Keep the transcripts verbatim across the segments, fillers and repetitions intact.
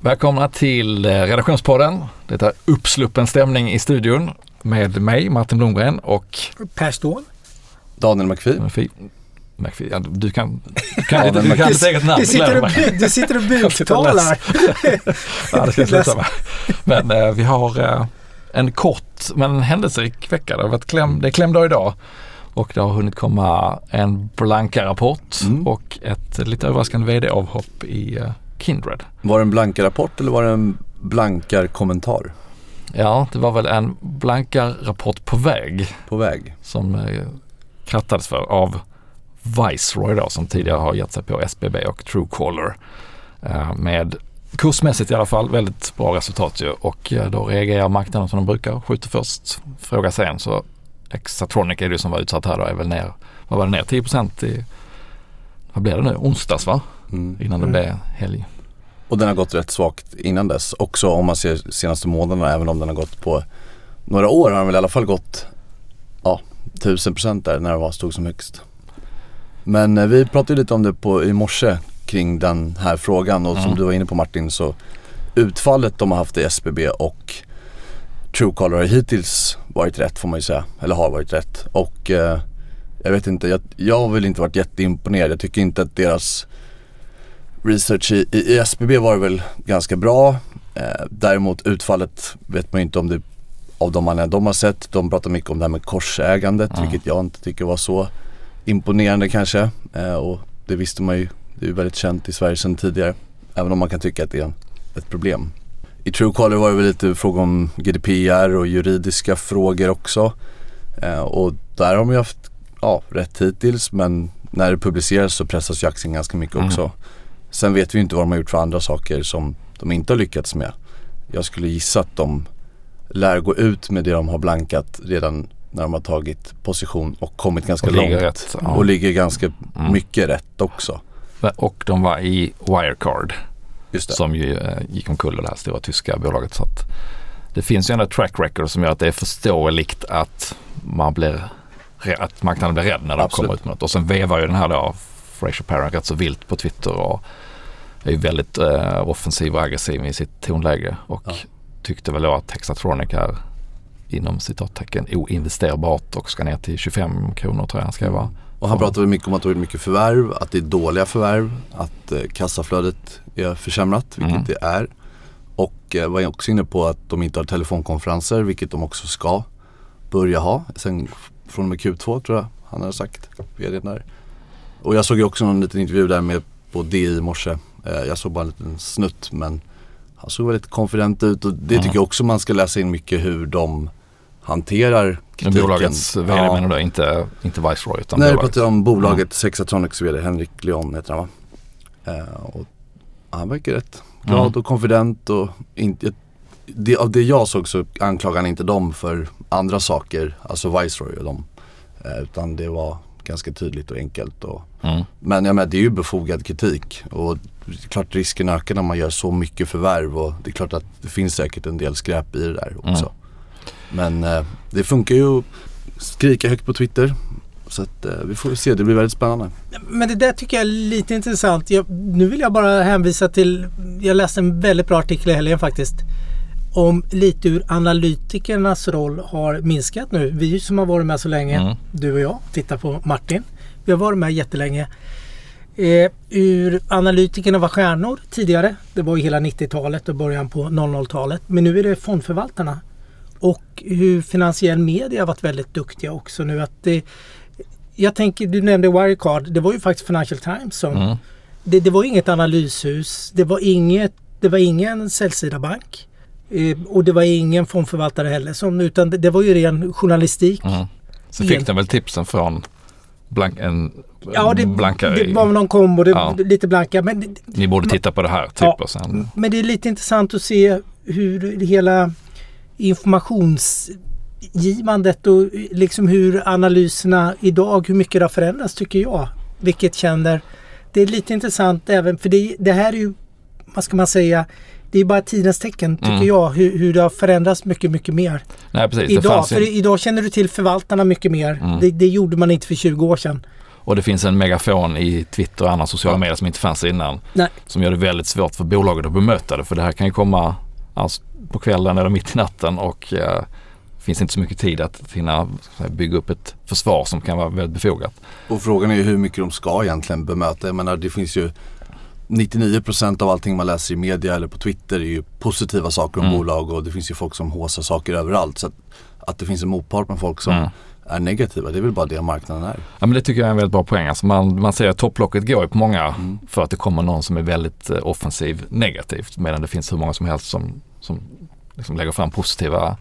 Välkomna till Redaktionspodden. Det är uppsluppen stämning i studion med mig, Martin Blomgren och Per Ståhl. Daniel McPhee. McPhee. McPhee. Ja, du kan, du kan inte, du kan inte säga ett namn. Du sitter och, du sitter och buktalar. Ja, det ska jag sluta med. Men eh, vi har eh, en kort men händelserik vecka. Det har varit kläm, det är klämdag idag. Och det har hunnit komma en blanka rapport mm. och ett lite överraskande vd-avhopp i uh, Kindred. Var det en blanka rapport eller var det en blankar kommentar? Ja, det var väl en blankar rapport på väg. På väg. Som uh, krattades för av Viceroy då, som tidigare har gett sig på S B B och Truecaller. Uh, med kursmässigt i alla fall väldigt bra resultat ju. Och uh, då reagerar marknaden som de brukar. Skjuter först, fråga sen så Exatronic är det som var utsatt här då, är väl ner, vad var det ner tio procent i, vad blev det nu, onsdags va? Mm. Innan det mm. blev helg. Och den har gått rätt svagt innan dess, också om man ser senaste månaderna, även om den har gått på några år har den väl i alla fall gått ja, tusen procent där när det var stod som högst. Men eh, vi pratade lite om det på, i morse kring den här frågan och mm. som du var inne på Martin, så utfallet de har haft i S B B och Truecaller har hittills varit rätt får man ju säga, eller har varit rätt och eh, jag vet inte, jag, jag har väl inte varit jätteimponerad. Jag tycker inte att deras research i, i S B B var väl ganska bra, eh, däremot utfallet vet man ju inte om det av de man de har sett. De pratar mycket om det här med korsägandet mm. vilket jag inte tycker var så imponerande kanske, eh, och det visste man ju, det är ju väldigt känt i Sverige sedan tidigare, även om man kan tycka att det är en, ett problem. I Truecaller var det väl lite fråga om G D P R och juridiska frågor också. Eh, och där har man ju haft ja, rätt hittills, men när det publiceras så pressas ju aktien ganska mycket också. Mm. Sen vet vi inte vad de har gjort för andra saker som de inte har lyckats med. Jag skulle gissa att de lär gå ut med det de har blankat redan när de har tagit position och kommit ganska och långt. Rätt, ja. Och ligger ganska mm. mycket rätt också. Och de var i Wirecard. Som ju eh, gick omkull det här stora tyska bolaget, så att det finns ju en track record som gör att det är förståeligt att man blir att marknaden blir rädd när de kommer ut med något. Och sen vevar ju den här då Fraser Parent rätt så vilt på Twitter och är ju väldigt eh, offensiv och aggressiv i sitt tonläge och ja. tyckte väl då att Hexatronic är inom citattecken oinvesterbart och ska ner till tjugofem kronor tror jag han ska vara. Och han pratade mycket om att det är mycket förvärv, att det är dåliga förvärv, att eh, kassaflödet är försämrat, vilket mm. det är. Och eh, var också inne på att de inte har telefonkonferenser, vilket de också ska börja ha. Sen från och med Q två tror jag han har sagt. Där. Och jag såg ju också någon liten intervju där med på D I i morse. Eh, jag såg bara en liten snutt, men han såg väldigt konfident ut. Och det mm. tycker jag också man ska läsa in mycket hur de hanterar kritiken. Bolagets vd ja. menar du, inte, inte Viceroy utan Nej, jag pratar om bolaget mm. Hexatronics vd, Henrik Leon heter han va? Uh, och han verkar rätt glad mm. och konfident och inte, det, av det jag såg så anklagar han inte dem för andra saker, alltså Viceroy och dem, uh, utan det var ganska tydligt och enkelt och, mm. men jag menar, det är ju befogad kritik och det är klart risken ökar när man gör så mycket förvärv och det är klart att det finns säkert en del skräp i det där också. Mm. Men eh, det funkar ju att skrika högt på Twitter. Så att, eh, vi får se, det blir väldigt spännande. Men det där tycker jag är lite intressant. Jag, nu vill jag bara hänvisa till, jag läste en väldigt bra artikel i helgen faktiskt, om lite hur analytikernas roll har minskat nu. Vi som har varit med så länge, mm. du och jag, titta på Martin. Vi har varit med jättelänge. Eh, ur analytikerna var stjärnor tidigare. Det var ju hela nittiotalet och början på noll noll-talet. Men nu är det fondförvaltarna. Och hur finansiell media har varit väldigt duktiga också nu. Att det, jag tänker, du nämnde Wirecard, det var ju faktiskt Financial Times som, mm. det, det var inget analyshus, det var, inget, det var ingen säljsidabank eh, och det var ingen fondförvaltare heller, som, utan det, det var ju ren journalistik. Mm. Så fick den väl tipsen från blank, en ja, det, blanka det var någon kombo, det, ja. lite blanka. Men, ni borde titta på det här. Typ, ja, och sen. Men det är lite intressant att se hur hela informationsgivandet och liksom hur analyserna idag, hur mycket det har förändrats tycker jag. Vilket känner, det är lite intressant även, för det, det här är ju, vad ska man säga, det är bara tidens tecken tycker mm. jag, hur, hur det har förändrats mycket, mycket mer. Nej, precis. Idag, det fanns för ju... idag känner du till förvaltarna mycket mer. Mm. Det, det gjorde man inte för tjugo år sedan. Och det finns en megafon i Twitter och andra sociala medier som inte fanns innan. Nej. Som gör det väldigt svårt för bolaget att bemöta det. För det här kan ju komma alltså, på kvällen eller mitt i natten och eh, finns inte så mycket tid att hinna bygga upp ett försvar som kan vara väldigt befogat. Och frågan är ju hur mycket de ska egentligen bemöta. Jag menar, det finns ju nittionio procent av allting man läser i media eller på Twitter är ju positiva saker om mm. bolag, och det finns ju folk som håsar saker överallt. Så att, att det finns en motpart med folk som mm. är negativa, det är väl bara det marknaden är. Ja, men det tycker jag är en väldigt bra poäng. Alltså man, man säger att topplocket går ju på många mm. för att det kommer någon som är väldigt eh, offensiv negativt, medan det finns hur många som helst som, som liksom lägger fram positiva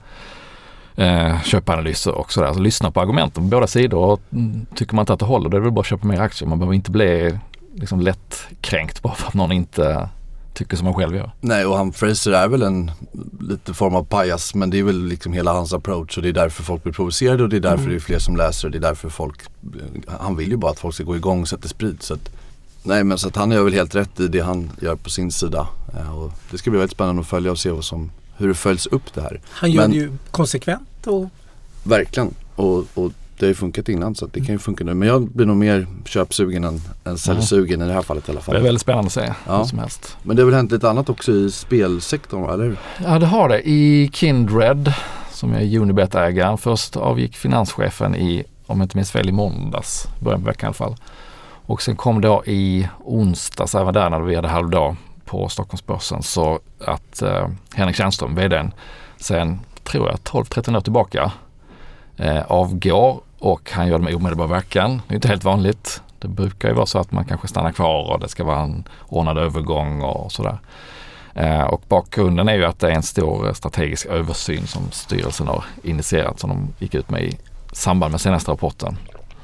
eh, köpanalyser och sådär. Så lyssna på argumenten på båda sidor, och mm, tycker man inte att det håller, då är det väl bara att köpa mer aktier. Man behöver inte bli liksom lätt kränkt bara för att någon inte tycker som man själv gör. Nej, och han Fraser är väl en lite form av pajas, men det är väl liksom hela hans approach, och det är därför folk blir provocerade, och det är därför mm. det är fler som läser, och det är därför folk, han vill ju bara att folk ska gå igång så att det sprids. Så att, nej, men så att han gör väl helt rätt i det han gör på sin sida, och det ska bli väldigt spännande att följa och se vad som, hur det följs upp det här. Han gör men, det ju konsekvent och... Verkligen, och, och det har ju funkat innan, så att det kan ju funka nu. Men jag blir nog mer köpsugen än, än säljsugen mm. i det här fallet i alla fall. Det är väldigt spännande att se. Ja. Som helst. Men det har väl hänt lite annat också i spelsektorn, eller? Ja, det har det. I Kindred, som är Unibet-ägaren, först avgick finanschefen i, om jag inte minns fel, i måndags, början på veckan i alla fall. Och sen kom då i onsdags, även där när vi hade halvdag på Stockholmsbörsen, så att eh, Henrik Tjärnström, vdn, sen tror jag tolv tretton år tillbaka eh, avgår, och han gör det med omedelbar verkan. Det är inte helt vanligt. Det brukar ju vara så att man kanske stannar kvar och det ska vara en ordnad övergång och sådär. Eh, och bakgrunden är ju att det är en stor strategisk översyn som styrelsen har initierat, som de gick ut med i samband med senaste rapporten.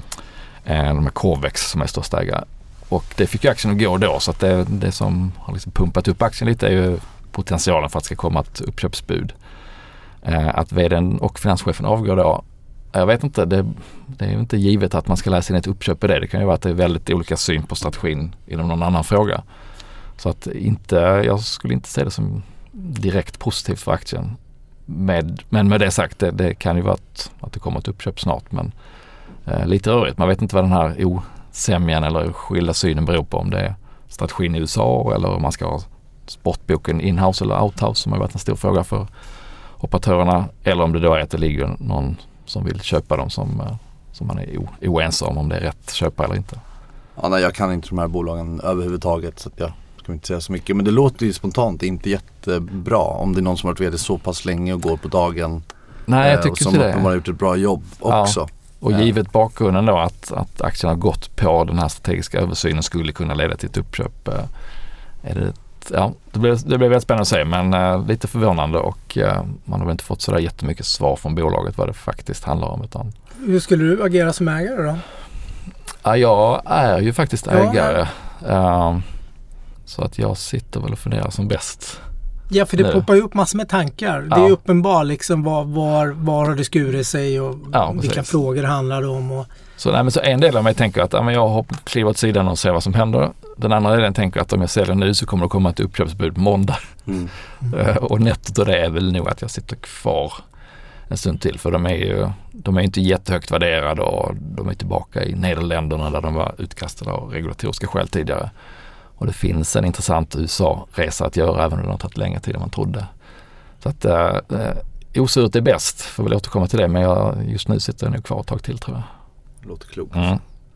Eh, med Corvex som är största ägare. Och det fick ju aktien att gå då, så att det, det som har liksom pumpat upp aktien lite är ju potentialen för att det ska komma ett uppköpsbud. Eh, att vdn och finanschefen avgår då, jag vet inte, det, det är ju inte givet att man ska läsa in ett uppköp i det. Det kan ju vara att det är väldigt olika syn på strategin inom någon annan fråga. Så att inte, jag skulle inte se det som direkt positivt för aktien. Med, men med det sagt, det, det kan ju vara att, att det kommer ett uppköp snart, men eh, lite rörigt. Man vet inte vad den här osämjan eller skilda synen beror på, om det är strategin i U S A eller om man ska ha sportboken in-house eller out-house, som har varit en stor fråga för operatörerna, eller om det då är att det ligger någon som vill köpa dem som, som man är o, oense om, om det är rätt köpa eller inte. Ja, nej, jag kan inte de här bolagen överhuvudtaget, så att jag ska inte säga så mycket. Men det låter ju spontant inte jättebra om det är någon som har varit vd så pass länge och går på dagen. Nej, jag tycker och som inte det. Som har gjort ett bra jobb också. Ja. Och givet bakgrunden då att, att aktien har gått på den här strategiska översynen skulle kunna leda till ett uppköp. Är det, ja, det blir, det blir väldigt spännande att se, men uh, lite förvånande, och uh, man har väl inte fått sådär jättemycket svar från bolaget vad det faktiskt handlar om. Utan... Hur skulle du agera som ägare då? Ja, jag är ju faktiskt ägare. Ja. Uh, så att jag sitter väl och funderar som bäst. Ja, för det nu. Poppar ju upp massor med tankar. Ja. Det är uppenbart liksom var, var, var har det skurit sig och ja, vilka frågor det handlar om. Och... Så, nej, men så en del av mig tänker att ja, men jag har klivit åt sidan och ser vad som händer. Den andra delen tänker att om jag säljer nu så kommer det komma ett uppköpsbud på måndag. Mm. Mm. Och nettot av det är väl nog att jag sitter kvar en stund till. För de är ju de är inte jättehögt värderade, och de är tillbaka i Nederländerna där de var utkastade av regulatoriska skäl tidigare. Och det finns en intressant U S A-resa att göra, även om det har tagit längre tid än man trodde. Så att eh, osurt är bäst, får väl återkomma till det. Men jag, just nu sitter jag nog kvar ett tag till, tror jag. Det låter klokt. Mm.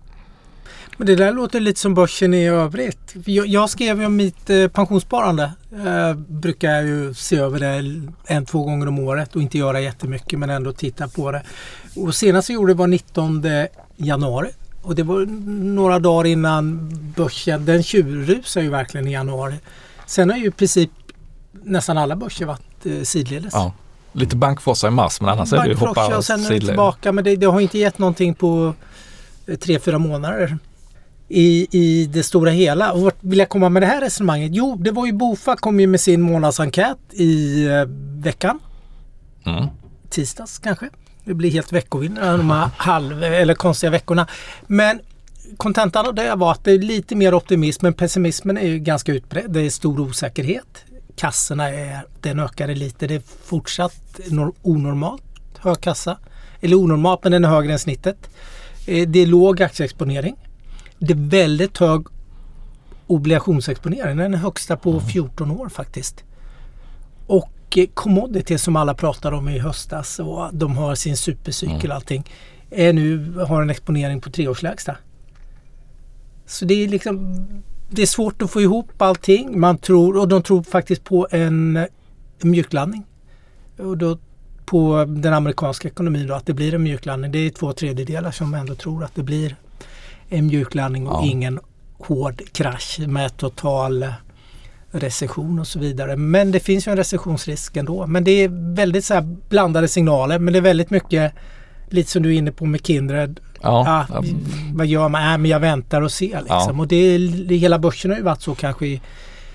Men det där låter lite som börsen i övrigt. Jag, jag skrev ju om mitt eh, pensionssparande. Eh, brukar jag ju se över det en, två gånger om året och inte göra jättemycket, men ändå titta på det. Och senast jag gjorde det var nittonde januari. Och det var några dagar innan börsen, den tjurrusade ju verkligen i januari. Sen har ju i princip nästan alla börser varit eh, sidledes. Ja, lite bankfrossa i mars, men annars är det ju hoppa och sen är det tillbaka. Men det, det har inte gett någonting på eh, tre, fyra månader i, i det stora hela. Och vart vill jag komma med det här resonemanget? Jo, det var ju Bofa kom ju med sin månadsenkät i eh, veckan. Mm. Tisdags kanske. Det blir helt veckovinnare de här halv eller konstiga veckorna. Men kontentan av det var att det är lite mer optimism, men pessimismen är ju ganska utbredd. Det är stor osäkerhet. Kassorna är, den ökade lite. Det är fortsatt onormalt hög kassa. Eller onormalt, men den är högre än snittet. Det är låg aktieexponering. det är väldigt hög obligationsexponering. Den är högsta på Mm. fjorton år faktiskt. Och eh, commodity som alla pratar om i höstas och de har sin supercykel Mm. och allting är nu, har en exponering på treårslägsta. Så det är liksom det är svårt att få ihop allting. Man tror, och de tror faktiskt på en, en mjuklandning. Och då på den amerikanska ekonomin då, att det blir en mjuklandning. Det är två tredjedelar som ändå tror att det blir en mjuklandning och Ja. ingen hård krasch med total recession och så vidare. Men det finns ju en recessionsrisk ändå. Men det är väldigt så här blandade signaler. Men det är väldigt mycket, lite som du är inne på med Kindred. Ja, Ah, vad gör man? Äh, men jag väntar och ser liksom. Ja. Och det är, hela börsen har ju varit så kanske i,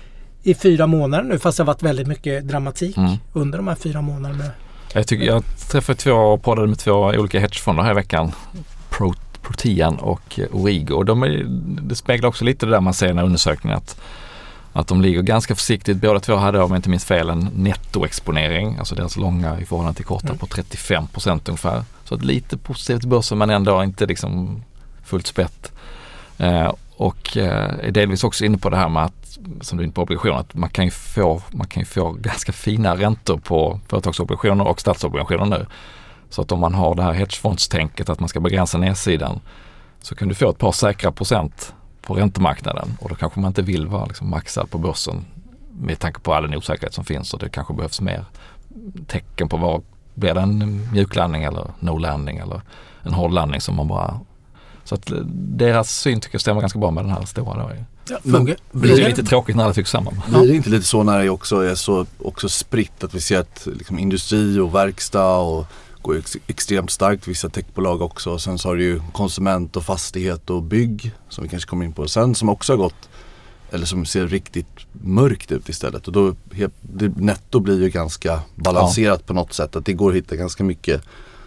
i fyra månader nu. Fast det har varit väldigt mycket dramatik Mm. under de här fyra månaderna. Jag, tycker, jag träffade två och poddade med två olika hedgefonder här i veckan. Pro, Protean och Origo. Och de är, det speglar också lite det där man ser i den här undersökningen. Att, att de ligger ganska försiktigt. Båda två hade, om jag inte minns fel, en nettoexponering. Alltså deras långa i förhållande till korta Mm. på trettiofem procent ungefär. Så att lite positivt i börsen men ändå inte liksom fullt spett. Eh, och eh, är delvis också inne på det här med att, som du är inne på obligationer, att man kan ju få, man kan ju få ganska fina räntor på företagsobligationer och statsobligationer nu. Så att om man har det här hedgefondstänket att man ska begränsa nedsidan så kan du få ett par säkra procent på räntemarknaden och då kanske man inte vill vara liksom maxad på börsen med tanke på all den osäkerhet som finns och det kanske behövs mer tecken på vad blir det, en mjuklandning eller no-landning eller en hårdlandning som man bara... Så att deras syn tycker jag stämmer ganska bra med den här stora. Då. Ja, Men fråga. Det är lite tråkigt när det tycks samman. Blir det inte lite så när det också är så också spritt att vi ser att liksom industri och verkstad och går ex- extremt starkt, vissa techbolag också. Och sen så har du ju konsument och fastighet och bygg som vi kanske kommer in på sen som också har gått, eller som ser riktigt mörkt ut istället. Och då helt, det, netto blir ju ganska balanserat ja. på något sätt. Att det går att hitta ganska mycket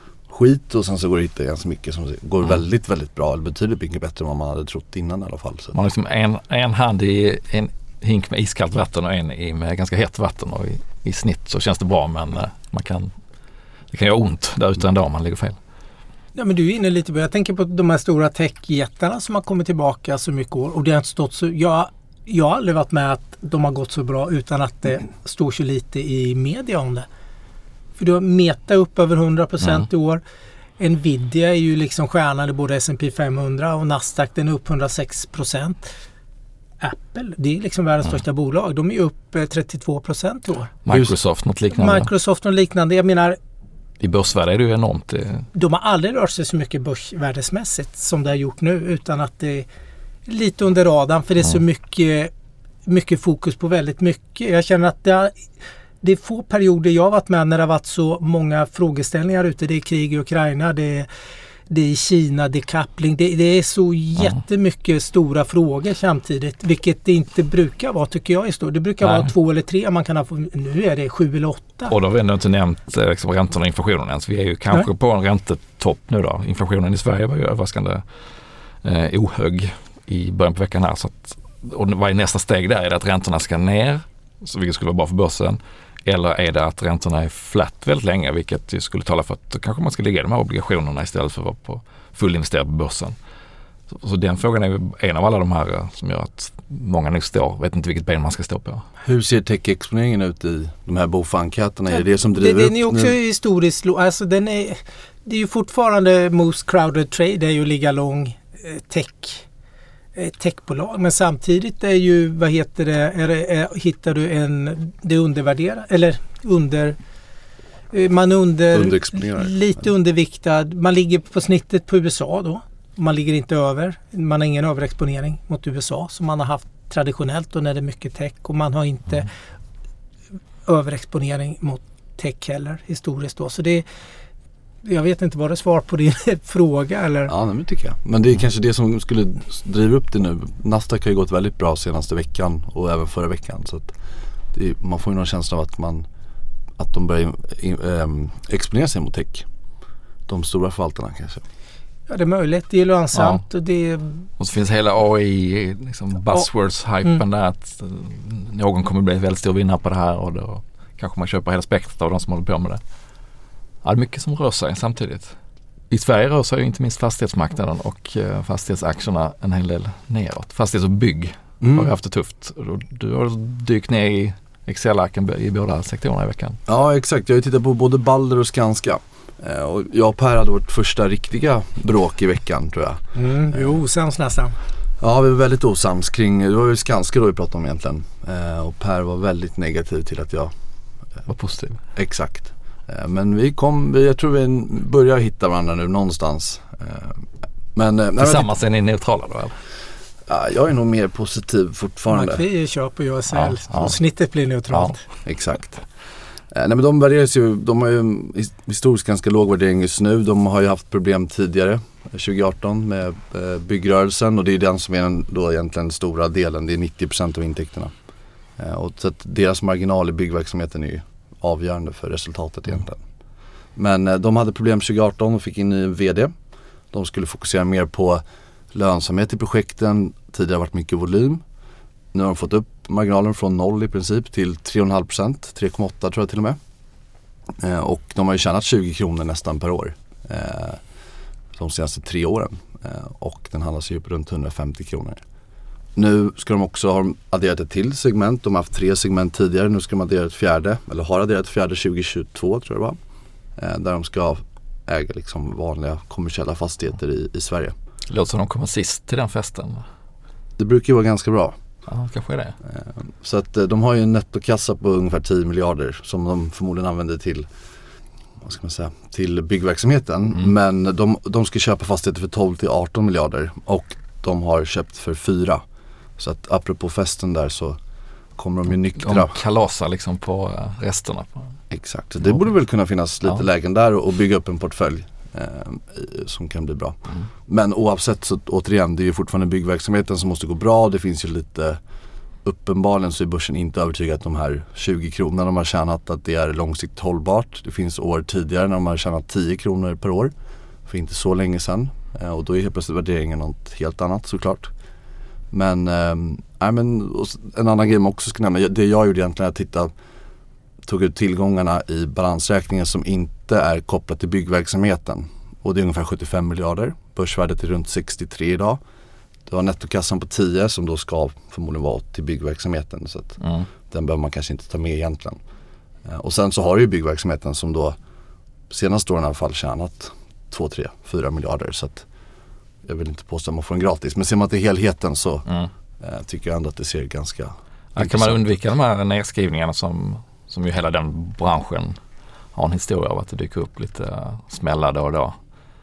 skit och sen så går det att hitta ganska mycket som går mm. väldigt, väldigt bra. Eller betydligt mycket bättre än vad man hade trott innan i alla fall. Så. Man har liksom en, en hand i en hink med iskallt vatten och en i med ganska hett vatten och i, i snitt så känns det bra men man kan, det kan göra ont där ute en dag om man ligger fel. Ja, men du är inne lite på, jag tänker på de här stora techjättarna som har kommit tillbaka så mycket år och det har inte stått så, jag, jag har aldrig varit med att de har gått så bra utan att det står så lite i media om det. För du har Meta upp över hundra procent mm. i år. Nvidia är ju liksom stjärnan i både S and P femhundra och Nasdaq den är upp hundrasex procent. Apple, det är liksom världens mm. största bolag. De är upp trettiotvå procent i år. Microsoft, något liknande. Microsoft och liknande. Jag menar, i börsvärde är det ju enormt. De har aldrig rört sig så mycket börsvärdesmässigt som det har gjort nu utan att det är lite under radarn för det är mm. så mycket, mycket fokus på väldigt mycket. Jag känner att det är, det är få perioder jag har varit med när det har varit så många frågeställningar ute. Det är krig i Ukraina, det är, det är Kina, det är koppling. Det, det är så jättemycket mm. stora frågor samtidigt. Vilket det inte brukar vara tycker jag är stort. Det brukar Nej. vara två eller tre man kan ha. Nu är det sju eller åtta. Och då har vi ändå inte nämnt liksom, räntorna och inflationen ens. Vi är ju kanske Nej. på en räntetopp nu då. Inflationen i Sverige var ju överraskande eh, ohög i början på veckan här. Så att, och vad är nästa steg där? Är det att räntorna ska ner? Så vilket skulle vara bra för börsen. Eller är det att räntorna är flat väldigt länge vilket skulle tala för att då kanske man ska ligga i de här obligationerna istället för att vara på fullinvesterad på börsen. Så, så den frågan är ju en av alla de här som gör att många nu står, vet inte vilket ben man ska stå på. Hur ser tech-exponeringen ut i de här BOFA-enkäterna? Är det det som driver det, upp? Den är också nu? historiskt, alltså den är, det är ju fortfarande most crowded trade, det är ju att ligga lång eh, tech. techbolag men samtidigt är ju vad heter det är, är, hittar du en det undervärderar eller under man under lite underviktad man ligger på snittet på U S A då man ligger inte över man har ingen överexponering mot U S A som man har haft traditionellt och när det är mycket tech och man har inte mm. överexponering mot tech heller historiskt då så det jag vet inte vad det är svar på din fråga eller? Ja, men tycker jag. Men det är kanske det som skulle driva upp det nu. Nasdaq har ju gått väldigt bra senaste veckan och även förra veckan. Så att det är, man får ju någon känsla av att, man, att de börjar äh, exponera sig mot tech. De stora förvaltarna kanske. Ja, det är möjligt. Det är lönsamt. Ja. Och, det... och så finns hela A I, liksom buzzwords-hypen mm. där att någon kommer bli väldigt stor vinnare på det här och då kanske man köper hela spektrat av de som håller på med det. Ja, det är mycket som rör sig samtidigt. I Sverige rör sig ju inte minst fastighetsmarknaden och eh, fastighetsaktierna en hel del neråt. Fastighets- och bygg mm. har haft det tufft. Du har dykt ner i Excel-arken i båda sektorerna i veckan. Ja, exakt. Jag har tittat på både Balder och Skanska. Eh, och jag och Per hade vårt första riktiga bråk i veckan, tror jag. Mm, vi är osams nästan. Ja, vi var väldigt osams kring, det var ju Skanska då vi pratade om egentligen. Eh, och Per var väldigt negativ till att jag... Eh, var positiv. Exakt. Eh, men vi kom, vi, jag tror vi börjar hitta varandra nu någonstans. Eh, men, eh, Tillsammans är ni neutrala då, eller? Ja, jag är nog mer positiv fortfarande. McPhee köper ju S L, ja, ja. och snittet blir neutralt. Ja, exakt. Eh, nej, men de värderas ju, de har ju historiskt ganska låg värdering just nu. De har ju haft problem tidigare, tjugo arton, med eh, byggrörelsen, och det är den som är den då egentligen stora delen. Det är nittio procent av intäkterna. Eh, och så att deras marginal i byggverksamheten är ju avgörande för resultatet egentligen. Men eh, de hade problem tjugo arton och fick in ny V D. De skulle fokusera mer på lönsamhet i projekten. Tidigare har varit mycket volym. Nu har de fått upp marginalen från noll i princip till tre komma fem procent, tre komma åtta tror jag till och med. Eh, och de har ju tjänat tjugo kronor nästan per år eh, de senaste tre åren. Eh, och den handlas ju upp runt hundrafemtio kronor. Nu ska de också ha adderat ett till segment. De har haft tre segment tidigare. Nu ska de addera ett fjärde, eller har adderat ett fjärde tjugo tjugotvå tror jag det var. Eh, där de ska äga liksom vanliga kommersiella fastigheter i, i Sverige. Det låter som de kommer sist till den festen. Det brukar ju vara ganska bra. Ja, kanske är det. Så att de har ju en nettokassa på ungefär tio miljarder som de förmodligen använder till, vad ska man säga, till byggverksamheten. Mm. Men de, de ska köpa fastigheter för tolv till arton miljarder och de har köpt för fyra. Så att apropå festen där så kommer de ju nyktra. De kalasar liksom på resterna. Exakt, så det borde väl kunna finnas lite ja. lägen där och bygga upp en portfölj. Eh, som kan bli bra. Mm. Men oavsett så återigen, det är ju fortfarande byggverksamheten som måste gå bra. Det finns ju lite, uppenbarligen så är börsen inte övertygad att de här tjugo kronorna de har tjänat att det är långsiktigt hållbart. Det finns år tidigare när de har tjänat tio kronor per år för inte så länge sedan. Eh, och då är helt plötsligt värderingen något helt annat såklart. Men, eh, nej, men en annan grej man också ska nämna, det jag gjorde egentligen att titta tog ut tillgångarna i balansräkningen som inte är kopplat till byggverksamheten. Och det är ungefär sjuttiofem miljarder. Börsvärdet är runt sextiotre idag. Du har nettokassan på tio som då ska förmodligen vara till byggverksamheten. Så att mm. den behöver man kanske inte ta med egentligen. Och sen så har du ju byggverksamheten som då senaste åren i alla fall tjänat två, tre, fyra miljarder. Så att jag vill inte påstå att man får en gratis. Men ser man till helheten så mm. eh, tycker jag ändå att det ser ganska... Ja, kan man undvika de här nedskrivningarna som... som ju hela den branschen har en historia av att det dyker upp lite smällar då och då.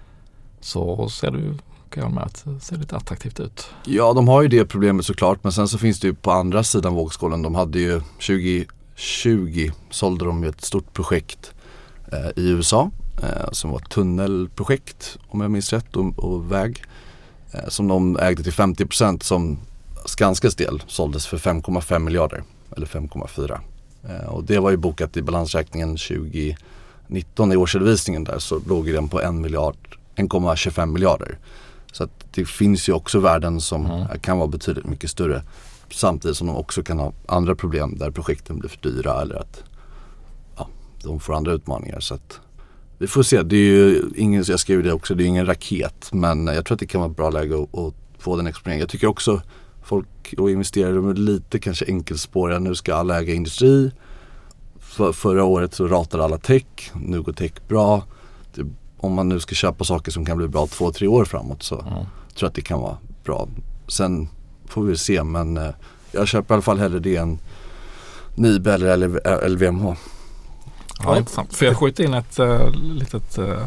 Så ser du, kan jag med att det ser lite attraktivt ut. Ja, de har ju det problemet såklart. Men sen så finns det ju på andra sidan vågskålen. De hade ju tjugo tjugo sålde de ju ett stort projekt eh, i U S A. Eh, som var ett tunnelprojekt om jag minns rätt och, och väg. Eh, som de ägde till femtio procent som Skanskas del såldes för fem komma fem miljarder. Eller fem komma fyra. Uh, och det var ju bokat i balansräkningen tjugo nitton i årsredovisningen där så låg den på en miljard, en komma tjugofem miljarder. Så att det finns ju också värden som mm. kan vara betydligt mycket större samtidigt som de också kan ha andra problem där projekten blir för dyra eller att ja, de får andra utmaningar. Så att vi får se, det är ju ingen, jag skrev det också, det är ingen raket men jag tror att det kan vara ett bra läge att, att få den exponeringen. Jag tycker också folk och investerare är lite kanske enkelspåriga. Nu ska alla äga industri. För, förra året så ratade alla tech. Nu går tech bra. Det, om man nu ska köpa saker som kan bli bra två, tre år framåt så mm. tror jag att det kan vara bra. Sen får vi se, men eh, jag köper i alla fall hellre det än Nibe eller L V M H. Ja, intressant. För jag skjuter in ett uh, litet uh,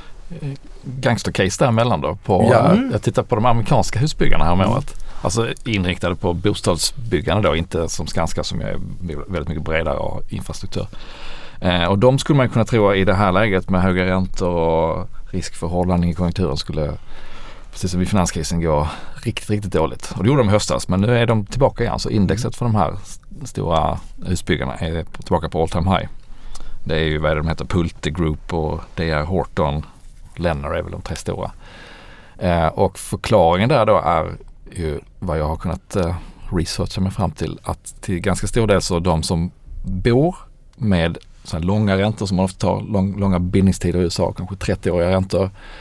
gangstercase däremellan då. På, ja. uh, jag tittar på de amerikanska husbyggarna här med mm. året. Alltså inriktade på bostadsbyggande då, inte som Skanska som är väldigt mycket bredare och infrastruktur. Eh, och de skulle man kunna tro i det här läget med höga räntor och risk för hållning i konjunkturen skulle, precis som vid finanskrisen, gå riktigt, riktigt dåligt. Och det gjorde de i höstas, men nu är de tillbaka igen. Så indexet för de här stora husbyggarna är tillbaka på all time high. Det är ju vad de heter, Pulte Group och det är Horton, Lennar är väl de tre stora. Eh, och förklaringen där då är ju vad jag har kunnat uh, researcha mig fram till, att till ganska stor del så de som bor med så här långa räntor som man ofta tar, lång, långa bindningstider i U S A, kanske trettioåriga räntor,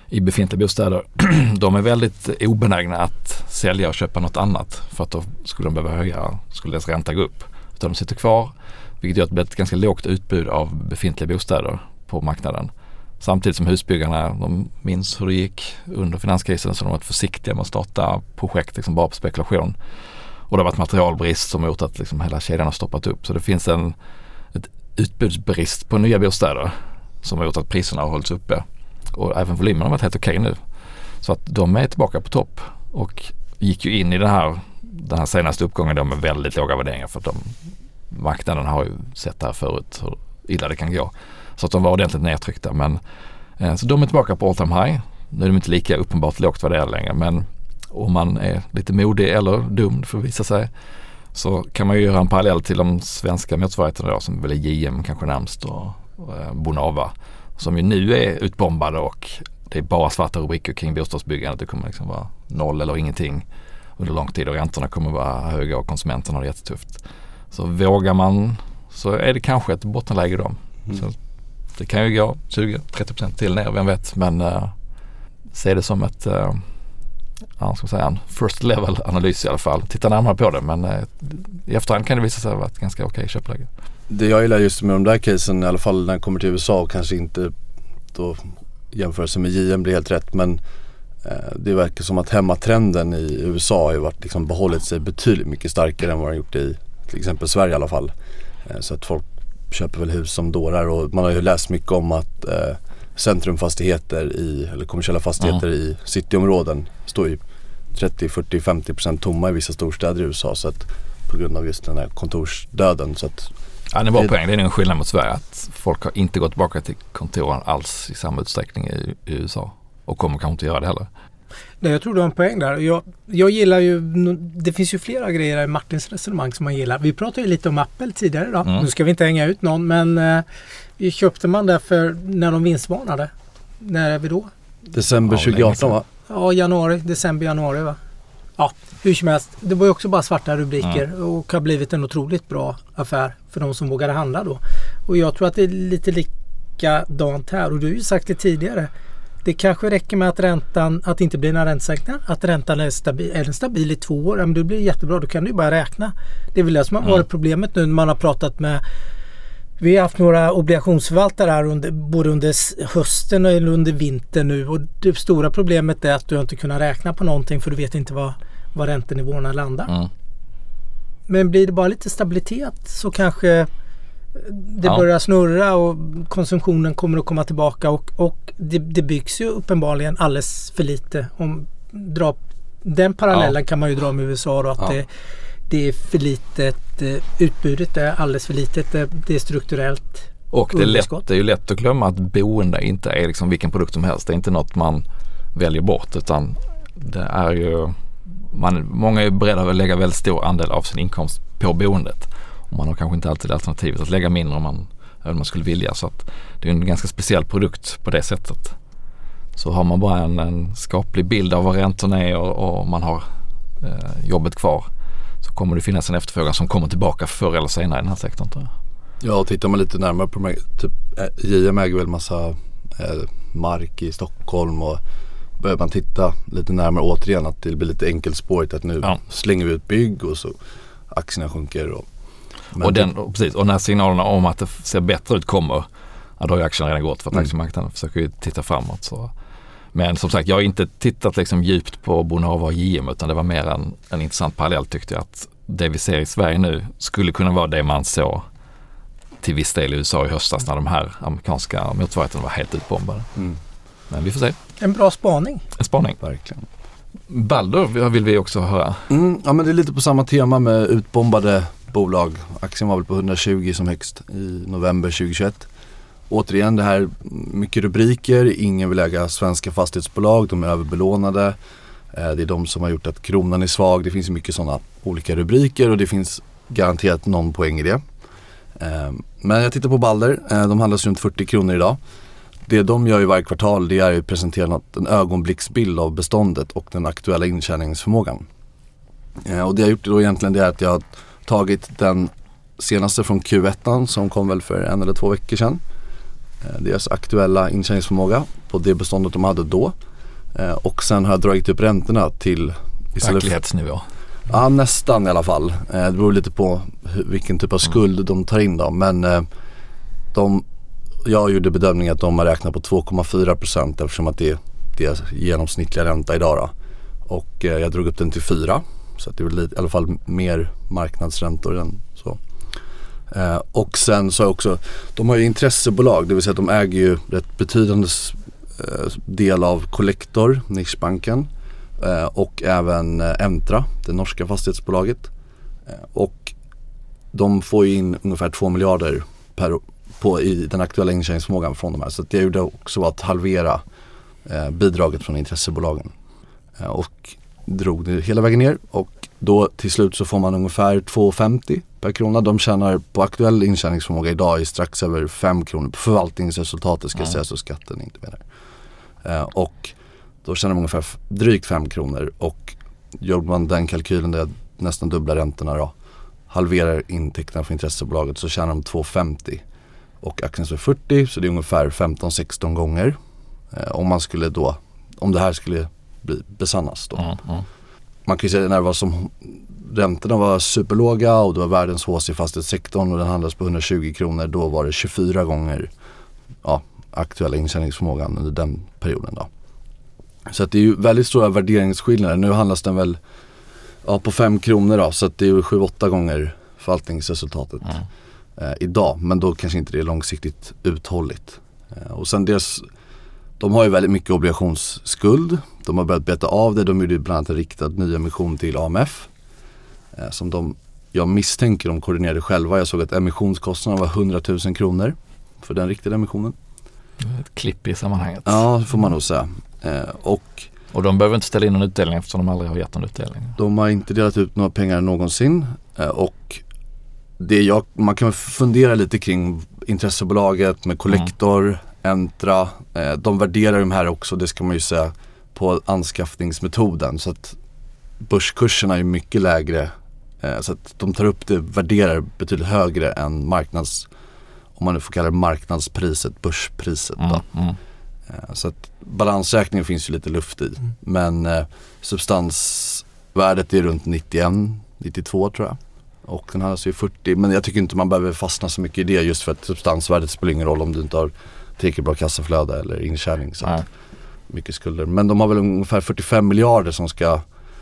i befintliga bostäder, de är väldigt obenägna att sälja och köpa något annat för att då skulle de behöva höja, skulle deras ränta gå upp. Utan de sitter kvar, vilket gör att det blir ett ganska lågt utbud av befintliga bostäder på marknaden. Samtidigt som husbyggarna, de minns hur det gick under finanskrisen, så de har varit försiktiga med att starta projekt liksom bara på spekulation. Och det har varit materialbrist som har gjort att liksom hela kedjan har stoppat upp. Så det finns en ett utbudsbrist på nya bostäder som har gjort att priserna har hållits uppe. Och även volymerna har varit helt okej nu. Så att de är tillbaka på topp och gick ju in i den här, den här senaste uppgången då med väldigt låga värderingar, för att de, marknaden har ju sett det här förut hur illa det kan gå. Så att de var ordentligt nedtryckta. Men, eh, så de är tillbaka på all time high. Nu är de inte lika uppenbart lågt värderade längre, men om man är lite modig eller dum för att visa sig, så kan man ju göra en parallell till de svenska motsvarigheterna då, som väl är J M kanske närmst och, och eh, Bonava, som ju nu är utbombade och det är bara svarta rubriker kring bostadsbyggandet. Det kommer liksom vara noll eller ingenting under lång tid och räntorna kommer vara höga och konsumenterna har det jättetufft. Så vågar man, så är det kanske ett bottenläge då. Mm. Så det kan ju gå tjugo till trettio procent till ner, vem vet. Men uh, se det som ett uh, ja, ska man säga, en first level analys i alla fall. Titta närmare på det, men uh, i efterhand kan det visa sig vara ett ganska okej köpläge. Det jag gillar just med de där casen, i alla fall när det kommer till U S A, och kanske inte då jämförelse med J M blir helt rätt, men eh, det verkar som att hemmatrenden i U S A har ju varit, liksom, behållit sig betydligt mycket starkare än vad det gjort i till exempel Sverige i alla fall. Eh, så att folk köper väl hus som dårar, och man har ju läst mycket om att eh, centrumfastigheter i, eller kommersiella fastigheter mm. i cityområden står ju trettio, fyrtio, femtio procent tomma i vissa storstäder i U S A, så att på grund av just den här kontorsdöden. Så att ja, det var det, poäng. Det är en skillnad mot Sverige, att folk har inte gått tillbaka till kontoren alls i samma utsträckning i, i U S A, och kommer kanske inte göra det heller. Nej, jag tror du har en poäng där. Jag, jag gillar ju, det finns ju flera grejer i Martins resonemang som man gillar. Vi pratade ju lite om Apple tidigare då. Mm. Nu ska vi inte hänga ut någon, men eh, vi köpte man därför när de vinstvarnade. När är vi då? December tjugo arton, va? Ja, januari, december, januari, va? Ja, hur som helst. Det var ju också bara svarta rubriker mm. och har blivit en otroligt bra affär för de som vågade handla då. Och jag tror att det är lite likadant här, och du har ju sagt det tidigare. Det kanske räcker med att räntan, att det inte blir några räntesänkningar, att räntan är stabil, är den stabil i två år, men det blir jättebra, då kan du ju bara räkna. Det är väl det som har varit mm. problemet nu när man har pratat med, vi har haft några obligationsförvaltare här under, både under hösten och under vintern nu, och det stora problemet är att du inte kunnat räkna på någonting för du vet inte vad, vad räntenivåerna landar. Mm. Men blir det bara lite stabilitet så kanske det ja. börjar snurra och konsumtionen kommer att komma tillbaka, och, och det, det byggs ju uppenbarligen alldeles för lite. Om dra, den parallellen ja. kan man ju dra med U S A då, att ja. det, det är för litet, utbudet är alldeles för litet, det, det är strukturellt. Och det är, lätt, det är ju lätt att glömma att boende inte är liksom vilken produkt som helst. Det är inte något man väljer bort, utan det är ju, man, många är beredda att lägga väldigt stor andel av sin inkomst på boendet. Och man har kanske inte alltid alternativet att lägga mindre om man, om man skulle vilja. Så att det är en ganska speciell produkt på det sättet. Så har man bara en, en skaplig bild av vad räntorna är och, och man har eh, jobbet kvar, så kommer det finnas en efterfrågan som kommer tillbaka förr eller senare i den här sektorn, tror jag. Ja, och tittar man lite närmare på typ, J M äger väl massa eh, mark i Stockholm, och börjar man titta lite närmare återigen att det blir lite enkelspårigt att nu ja. slänger vi ut bygg och så aktierna sjunker. Och, och, den, och, precis, och när signalerna om att det ser bättre ut kommer, ja, då har ju aktierna redan gått, för att mm. aktiemarknaden försöker ju titta framåt. Så. Men som sagt, jag har inte tittat liksom djupt på Bonava och J M, utan det var mer en, en intressant parallell, tyckte jag, att det vi ser i Sverige nu skulle kunna vara det man såg till viss del i U S A i höstas när de här amerikanska motsvarigheterna var helt utbombade. Mm. Men vi får se. En bra spaning. En spaning. Verkligen. Balder vill vi också höra. Mm, ja, men det är lite på samma tema med utbombade bolag. Aktien var väl på hundratjugo som högst i november tjugohundratjugoett. Återigen, det här mycket rubriker. Ingen vill äga svenska fastighetsbolag. De är överbelånade. Det är de som har gjort att kronan är svag. Det finns mycket sådana olika rubriker, och det finns garanterat någon poäng i det. Men jag tittar på Balder. De handlas runt fyrtio kronor idag. Det de gör i varje kvartal, det är att presentera en ögonblicksbild av beståndet och den aktuella intjäningsförmågan. Och det jag har gjort då egentligen, det är att jag har tagit den senaste från Q ett som kom väl för en eller två veckor sedan. deras aktuella intjäningsförmåga på det beståndet de hade då. Och sen har jag dragit upp räntorna till verklighetsnivå. Ja, nästan i alla fall. Det beror lite på vilken typ av skuld mm. de tar in då. Men de, jag gjorde bedömningen att de har räknat på två komma fyra procent eftersom att det är deras genomsnittliga ränta idag då. Och jag drog upp den till fyra. Så att det är väl i alla fall mer marknadsräntor än så. Eh, och sen så också, de har ju intressebolag, det vill säga att de äger ju rätt betydande eh, del av Collector, Nischbanken, eh, och även eh, Entra, det norska fastighetsbolaget. Eh, och de får ju in ungefär två miljarder per, på, i den aktuella intjäningsförmågan från de här. Så det gjorde också att halvera eh, bidraget från intressebolagen. Eh, och drog det hela vägen ner och då till slut så får man ungefär två komma femtio per krona. De tjänar på aktuell intjäningsförmåga idag i strax över fem kronor på förvaltningsresultatet ska mm. sägas och skatten inte med där. Eh, och då tjänar man ungefär f- drygt fem kronor och gör man den kalkylen där nästan dubbla räntorna då, halverar intäkterna för intressebolaget så tjänar de två komma femtio och aktien är fyrtio så det är ungefär femton sexton gånger eh, om man skulle då, om det här skulle bli besannas då. Mm, mm. Man kan ju säga när det var som räntorna var superlåga och det var världens H C i fastighetssektorn och den handlas på hundratjugo kronor, då var det tjugofyra gånger ja, aktuella intjäningsförmågan under den perioden då. Så att det är ju väldigt stora värderingsskillnader. Nu handlas den väl ja, på fem kronor då, så att det är ju sju åtta gånger förvaltningsresultatet mm. eh, idag, men då kanske inte det är långsiktigt uthålligt. Eh, och sen dels de har ju väldigt mycket obligationsskuld. De har börjat beta av det. De gjorde bland annat en riktad nyemission till A M F. Eh, som de, jag misstänker de koordinerade själva. Jag såg att emissionskostnaden var hundratusen kronor för den riktade emissionen. Ett klipp i sammanhanget. Ja, det får man nog säga. Eh, och, och de behöver inte ställa in någon utdelning eftersom de aldrig har gett någon utdelning. De har inte delat ut några pengar någonsin. Eh, och det jag, man kan fundera lite kring intressebolaget med Collector, mm. Entra, eh, de värderar de här också, det ska man ju säga, på anskaffningsmetoden så att börskurserna är mycket lägre eh, så att de tar upp det, värderar betydligt högre än marknads, om man nu får kalla det marknadspriset, börspriset då. Mm, mm. Eh, så att balansräkningen finns ju lite luft i mm. men eh, substansvärdet är runt nittioen nittiotvå tror jag och den här är ju fyrtio, men jag tycker inte man behöver fastna så mycket i det just för att substansvärdet spelar ingen roll om du inte har tillräckligt bra kassaflöde eller intjäning så att mycket skulder. Men de har väl ungefär fyrtiofem miljarder som ska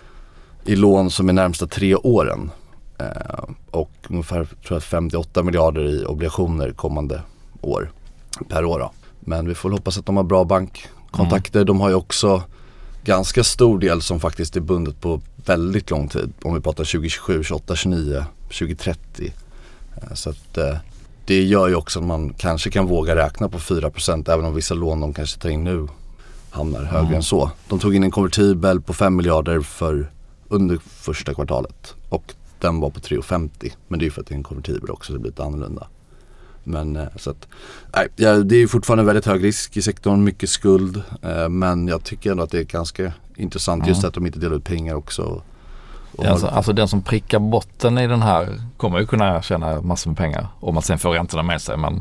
i lån som är närmsta tre åren eh, och ungefär tror jag, femtioåtta miljarder i obligationer kommande år per år då. Men vi får hoppas att de har bra bankkontakter. Mm. De har ju också ganska stor del som faktiskt är bundet på väldigt lång tid. Om vi pratar tjugo tjugosju, tjugoåtta, tjugonio, tjugo trettio. Eh, så att eh, det gör ju också att man kanske kan våga räkna på fyra procent även om vissa lån de kanske tar in nu hamnar högre mm. än så. De tog in en konvertibel på fem miljarder för under första kvartalet och den var på tre komma femtio, men det är ju för att det är en konvertibel också så det blir lite annorlunda. Men så att, nej, ja, det är fortfarande väldigt hög risk i sektorn, mycket skuld, eh, men jag tycker ändå att det är ganska intressant mm. just att de inte delar ut pengar också. Och alltså, alltså den som prickar botten i den här kommer ju kunna tjäna massor med pengar om man sen får räntorna med sig, men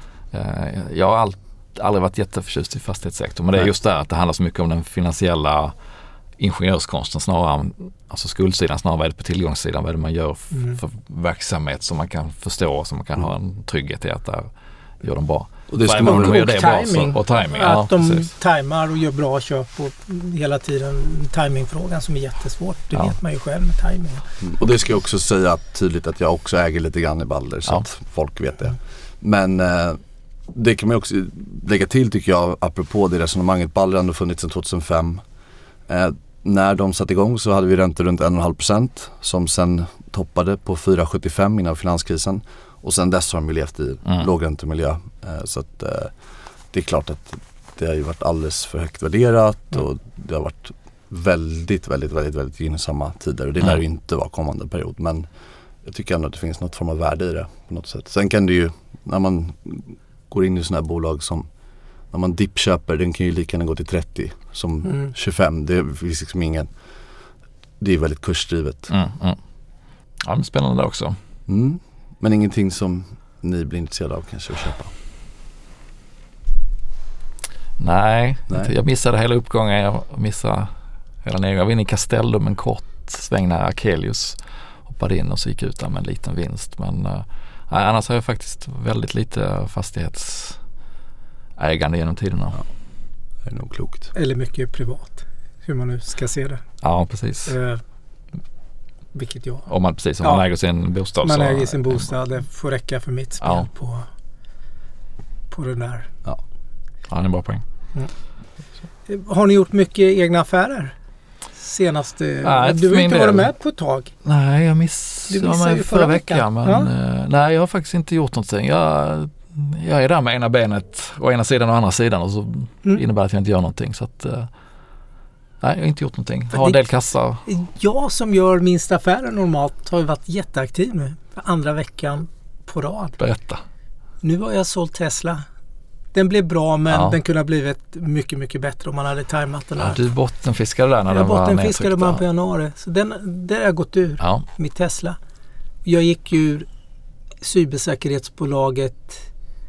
eh, jag har all, aldrig varit jätteförtjust i fastighetssektorn, men det är just det att det handlar så mycket om den finansiella ingenjörskonsten snarare, alltså skuldsidan snarare vad är det på tillgångssidan, vad är det man gör f- mm. för verksamhet som man kan förstå, som man kan mm. ha en trygghet i att där gör de bra. Och det ska man och, och, det timing, bra, så, och timing. Att ja, de precis. tajmar och gör bra köp och hela tiden timingfrågan som är jättesvårt. Det ja. vet man ju själv med timing. Mm. Och det ska jag också säga tydligt att jag också äger lite grann i Balder så ja. att folk vet det. Men eh, det kan man också lägga till tycker jag apropå det resonemanget. Balder har ändå funnits sedan tjugohundrafem. Eh, när de satte igång så hade vi räntor runt en komma fem procent som sen toppade på fyra komma sjuttiofem innan finanskrisen. Och sen dess har de levt i mm. lågräntemiljö. Eh, så att eh, det är klart att det har ju varit alldeles för högt värderat mm. och det har varit väldigt, väldigt, väldigt, väldigt gynnsamma tider. Och det lär ju mm. inte vara kommande period. Men jag tycker ändå att det finns något form av värde i det på något sätt. Sen kan det ju, när man går in i sådana här bolag som när man dippköper, den kan ju lika gärna gå till trettio som mm. tjugofem. Det finns liksom ingen, det är väldigt kursdrivet. Mm, mm. Ja, men spännande där också. Mm. Men ingenting som ni blir intresserade av kanske att köpa? Nej, Nej. jag missade hela uppgången. Jag missade hela nedgången. Jag var inne i Castellum en kort sväng när Akelius hoppade in och så gick ut där med en liten vinst. Men uh, nej, annars har jag faktiskt väldigt lite fastighetsägande genom tiderna. Ja. Det är nog klokt. Eller mycket privat. Hur man nu ska se det. Ja, precis. Eh, vilket jag. Om man, precis, om ja. man äger sin bostad. Man så, äger sin bostad. Det får räcka för mitt spel ja. på, på den där. Ja. Ja, det är en bra poäng. Mm. Har ni gjort mycket egna affärer? Senaste... Nej, du har inte varit med på ett tag. Nej, jag missade mig förra veckan. Men, ja. uh, nej, jag har faktiskt inte gjort någonting. Jag, jag är där med ena benet å ena sidan och andra sidan och så mm. innebär att jag inte gör någonting. Så att, uh, nej, jag har inte gjort någonting. Jag har en del kassa. Jag som gör minsta affärer normalt har ju varit jätteaktiv nu. För andra veckan på rad. Berätta. Nu har jag sålt Tesla. Den blev bra men ja. den kunde ha blivit mycket, mycket bättre om man hade tajmat den här. Ja, du bottenfiskade där när jag den var nedtryckt. Jag bottenfiskade man på januari. Så den, där har jag gått ur. Ja. Mitt Tesla. Jag gick ur cybersäkerhetsbolaget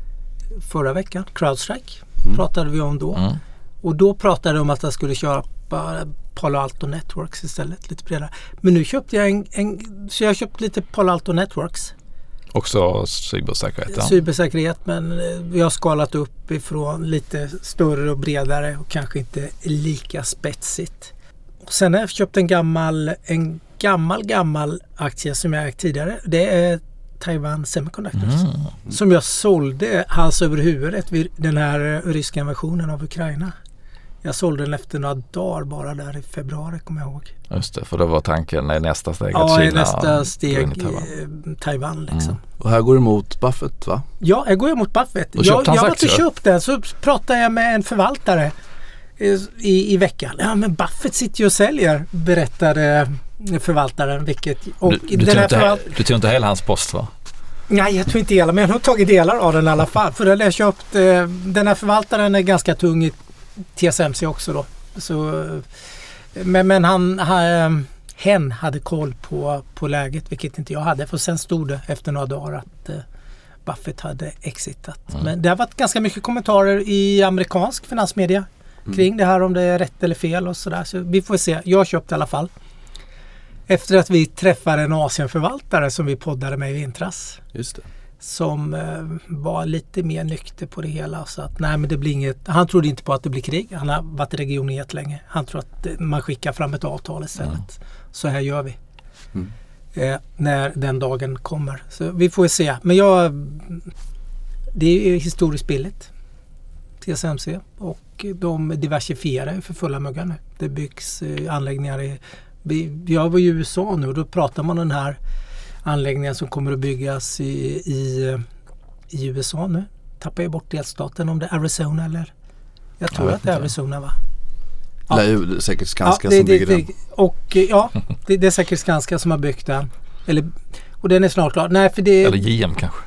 förra veckan. CrowdStrike mm. pratade vi om då. Mm. Och då pratade vi om att jag skulle köpa Palo Alto Networks istället. Lite bredare. Men nu köpte jag en, en så jag köpte lite Palo Alto Networks. Också cybersäkerhet. Ja. Cybersäkerhet, men vi har skalat upp ifrån lite större och bredare och kanske inte lika spetsigt. Och sen har jag köpt en gammal, en gammal, gammal aktie som jag ägt tidigare. Det är Taiwan Semiconductors. Mm. Som jag sålde hals över huvudet vid den här ryska invasionen av Ukraina. Jag sålde den efter några dagar bara där i februari, kommer jag ihåg. Just det, för då var tanken nästa steg ja, att Kina nästa steg Taiwan. Taiwan liksom. Mm. Och här går du mot Buffett, va? Ja, jag går emot Buffett. Och jag jag har aktier. köpt den, så pratade jag med en förvaltare i, i veckan. Ja, men Buffett sitter ju och säljer, berättade förvaltaren. Vilket, och du, du, den tog här inte, förvalt- du tog inte hela hans post, va? Nej, jag tror inte hela, men jag har tagit delar av den i alla fall. För jag köpt, eh, den här förvaltaren är ganska tung i T S M C också då. Så, men, men han, han, hen hade koll på, på läget, vilket inte jag hade. För sen stod det efter några dagar att eh, Buffett hade exitat. Mm. Men det har varit ganska mycket kommentarer i amerikansk finansmedia mm. kring det här, om det är rätt eller fel och sådär. Så vi får se. Jag har köpt i alla fall. Efter att vi träffade en Asienförvaltare som vi poddade med i vintras. Just det. Som eh, var lite mer nykter på det hela. Så att nej, men det blir inget. Han trodde inte på att det blir krig. Han har varit i regionen jättelänge. Han tror att eh, man skickar fram ett avtal istället. Mm. Så här gör vi. Mm. Eh, när den dagen kommer. Så vi får se. Men jag, det är historiskt billigt. T S M C. Och de diversifierar för fulla muggar nu. Det byggs eh, anläggningar i. Jag var i U S A nu och då pratar man om den här anläggningen som kommer att byggas i, i, i U S A nu. Tappar jag bort delstaten, om det är Arizona eller? Jag tror jag att det är Arizona, va? Ja. Det är säkert Skanska ja, det, som det, bygger det, den. Och ja, det, det är säkert Skanska som har byggt den. Eller, och den är snart klar. Nej, för det, eller J M kanske.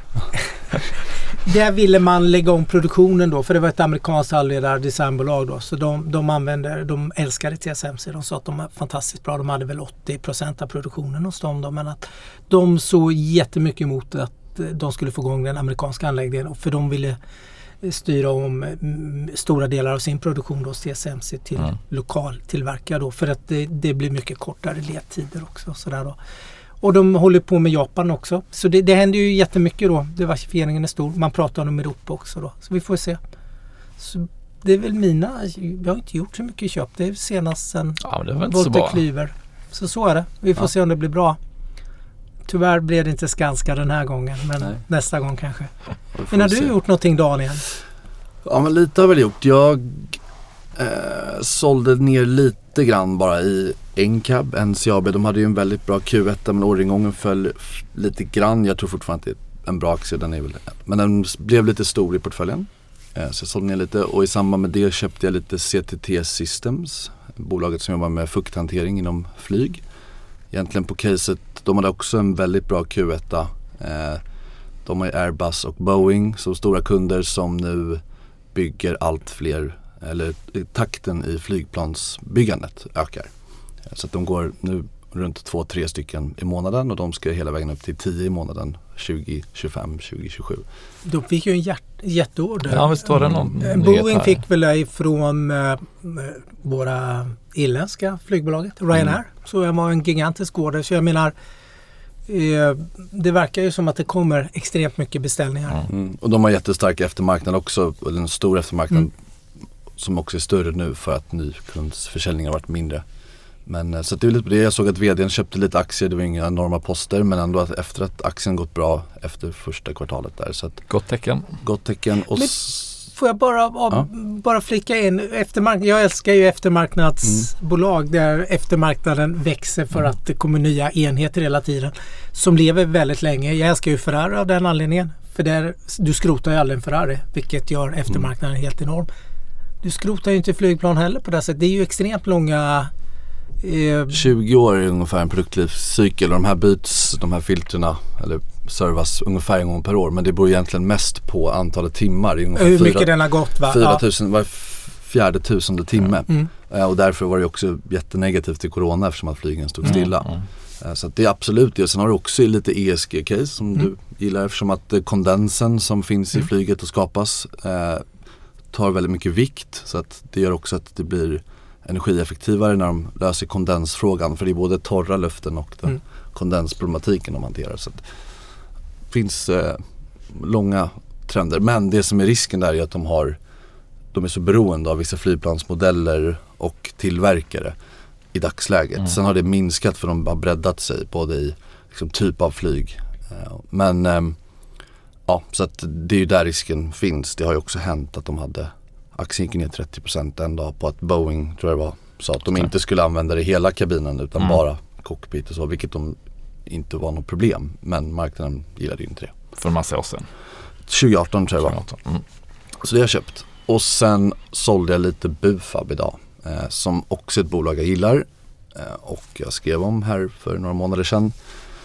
Där ville man lägga om produktionen då, för det var ett amerikanskt halvledardesignbolag då, så de, de använder, de älskade T S M C, de sa att de är fantastiskt bra, de hade väl åttio procent av produktionen hos dem då, men att de såg jättemycket emot att de skulle få igång den amerikanska anläggningen, för de ville styra om m, stora delar av sin produktion då hos T S M C till mm. lokal tillverkare då, för att det, det blir mycket kortare ledtider också sådär då. Och de håller på med Japan också. Så det, det händer ju jättemycket då. Diversifieringen är stor. Man pratar om Europa också då. Så vi får se. Så det är väl mina... Jag har inte gjort så mycket köp. Det är senast sen ja, det var inte så bra. Klyver. Så så är det. Vi får ja. se om det blir bra. Tyvärr blev det inte Skanska den här gången. Men Nej. nästa gång kanske. Men har du se. gjort någonting, Daniel? Ja, men lite har jag väl gjort. Jag eh, sålde ner lite grann bara i Encab, N C A B. De hade ju en väldigt bra Q ett, men orderingången föll lite grann. Jag tror fortfarande att det är en bra aktie. Den är väl, men den blev lite stor i portföljen. Eh, så jag sålde ner lite, och i samband med det köpte jag lite C T T Systems, bolaget som jobbar med fukthantering inom flyg. Egentligen på caset, de hade också en väldigt bra Q ett. Eh, de har Airbus och Boeing som stora kunder som nu bygger allt fler, eller takten i flygplansbyggandet ökar. Så att de går nu runt två, tre stycken i månaden och de ska hela vägen upp till tio i månaden tjugo tjugofem, tjugo tjugosju. De fick ju en hjärt, jätteorder. Ja, visst var det någon mm. Boeing fick väl ifrån äh, våra irländska flygbolaget, Ryanair. Mm. Så det var en gigantisk order. Så jag menar, eh, det verkar ju som att det kommer extremt mycket beställningar. Mm. Och de har jättestark eftermarknad också, eller en stor eftermarknad mm. som också är större nu för att nykundsförsäljningen har varit mindre. Men så att det är lite på det. Jag såg att vdn köpte lite aktier, det var inga enorma poster, men ändå att efter att aktien gått bra efter första kvartalet där. Så att, gott tecken. Gott tecken. Och men, får jag bara, ja. bara flika in, eftermarknad, jag älskar ju eftermarknadsbolag mm. där eftermarknaden växer för mm. att det kommer nya enheter hela tiden som lever väldigt länge. Jag älskar ju Ferrari av den anledningen, för där, du skrotar ju aldrig en Ferrari, vilket gör eftermarknaden mm. helt enorm. Du skrotar ju inte flygplan heller på det sättet. Det är ju extremt långa tjugo år är ungefär en produktlivscykel och de här byts, de här filterna eller servas ungefär en gång per år, men det beror egentligen mest på antalet timmar. Hur mycket fyra, den har gått, va? fyra tusen, var fjärde tusende timme. Mm. Uh, och därför var det också jättenegativt till corona eftersom att flygen stod stilla. Mm. Uh, så att det är absolut det. Sen har du också lite E S G-case som mm. du gillar eftersom att uh, kondensen som finns mm. i flyget och skapas uh, tar väldigt mycket vikt, så att det gör också att det blir energieffektivare när de löser kondensfrågan, för det är både torra luften och den mm. kondensproblematiken de hanterar. Så att det finns eh, långa trender, men det som är risken där är att de har de är så beroende av vissa flygplansmodeller och tillverkare i dagsläget. Mm. Sen har det minskat för de har breddat sig både i liksom, typ av flyg. Eh, men eh, ja, så att det är ju där risken finns. Det har ju också hänt att de hade aktien gick ner trettio procent en dag på att Boeing, tror jag det var, sa att de inte skulle använda det i hela kabinen utan mm. bara cockpit och så, vilket de inte var något problem. Men marknaden gillade ju inte det. För en massa år sedan. tjugo arton tror jag det var. Mm. Så det har jag köpt. Och sen sålde jag lite Bufab idag, eh, som också ett bolag jag gillar. Eh, och jag skrev om här för några månader sedan.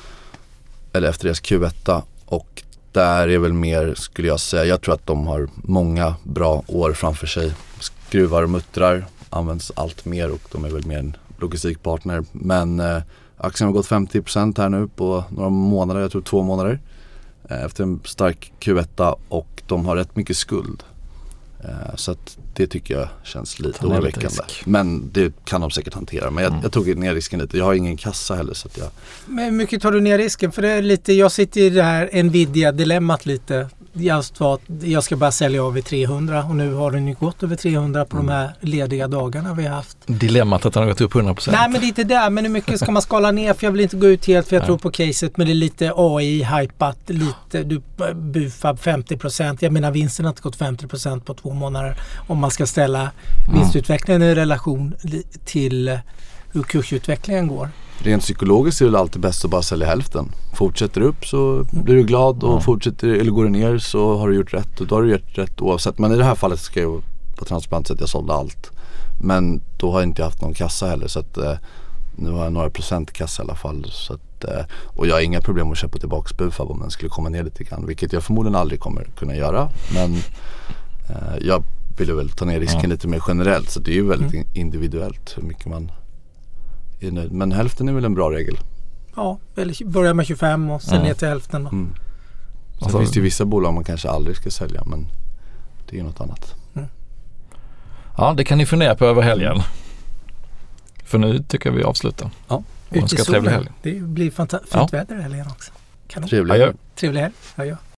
Eller efter deras Q ett. Och där är väl mer, skulle jag säga, jag tror att de har många bra år framför sig. Skruvar och muttrar används allt mer och de är väl mer en logistikpartner. Men eh, aktien har gått femtio procent här nu på några månader, jag tror två månader. Eh, efter en stark Q ett och de har rätt mycket skuld. Eh, så att det tycker jag känns lite oroväckande. Men det kan de säkert hantera. Men jag, mm. jag tog ner risken lite. Jag har ingen kassa heller. Så att jag... Men hur mycket tar du ner risken? För det är lite, jag sitter i det här Nvidia-dilemmat lite. Just var, jag ska bara sälja av i trehundra och nu har den ju gått över trehundra på mm. de här lediga dagarna vi har haft. Dilemmat att den har gått upp hundra procent. Nej, men det är inte där. Men hur mycket ska man skala ner? För jag vill inte gå ut helt för jag Nej. tror på caset. Men det är lite A I-hypat. Lite, du, Bufab femtio procent. Jag menar vinsten har inte gått femtio procent på två månader. Om man ska ställa vinstutvecklingen i relation till hur kursutvecklingen går. Rent psykologiskt är det alltid bäst att bara sälja hälften. Fortsätter upp så blir du glad och mm. fortsätter eller går det ner så har du gjort rätt och då har du gjort rätt oavsett. Men i det här fallet ska jag på transparent sätt jag sålde allt. Men då har jag inte haft någon kassa heller så att eh, nu har jag några procent kassa i alla fall. Så att, eh, och jag har inga problem att köpa tillbaka Bufab om den skulle komma ner lite grann. Vilket jag förmodligen aldrig kommer kunna göra. Men eh, jag vill väl ta ner risken mm. lite mer generellt. Så det är ju väldigt mm. individuellt hur mycket man är nöjd. Men hälften är väl en bra regel. Ja, eller börja med tjugofem och sen mm. ner till hälften då. Mm. Sen alltså, finns det ju vissa bolag man kanske aldrig ska sälja, men det är ju något annat. Mm. Ja, det kan ni fundera på över helgen. För nu tycker jag vi avslutar. Ja. Ut i solen. Det blir fanta- fint ja. väder i helgen också. Kanon. Trevlig helg. Trevlig helg. Ja, ja.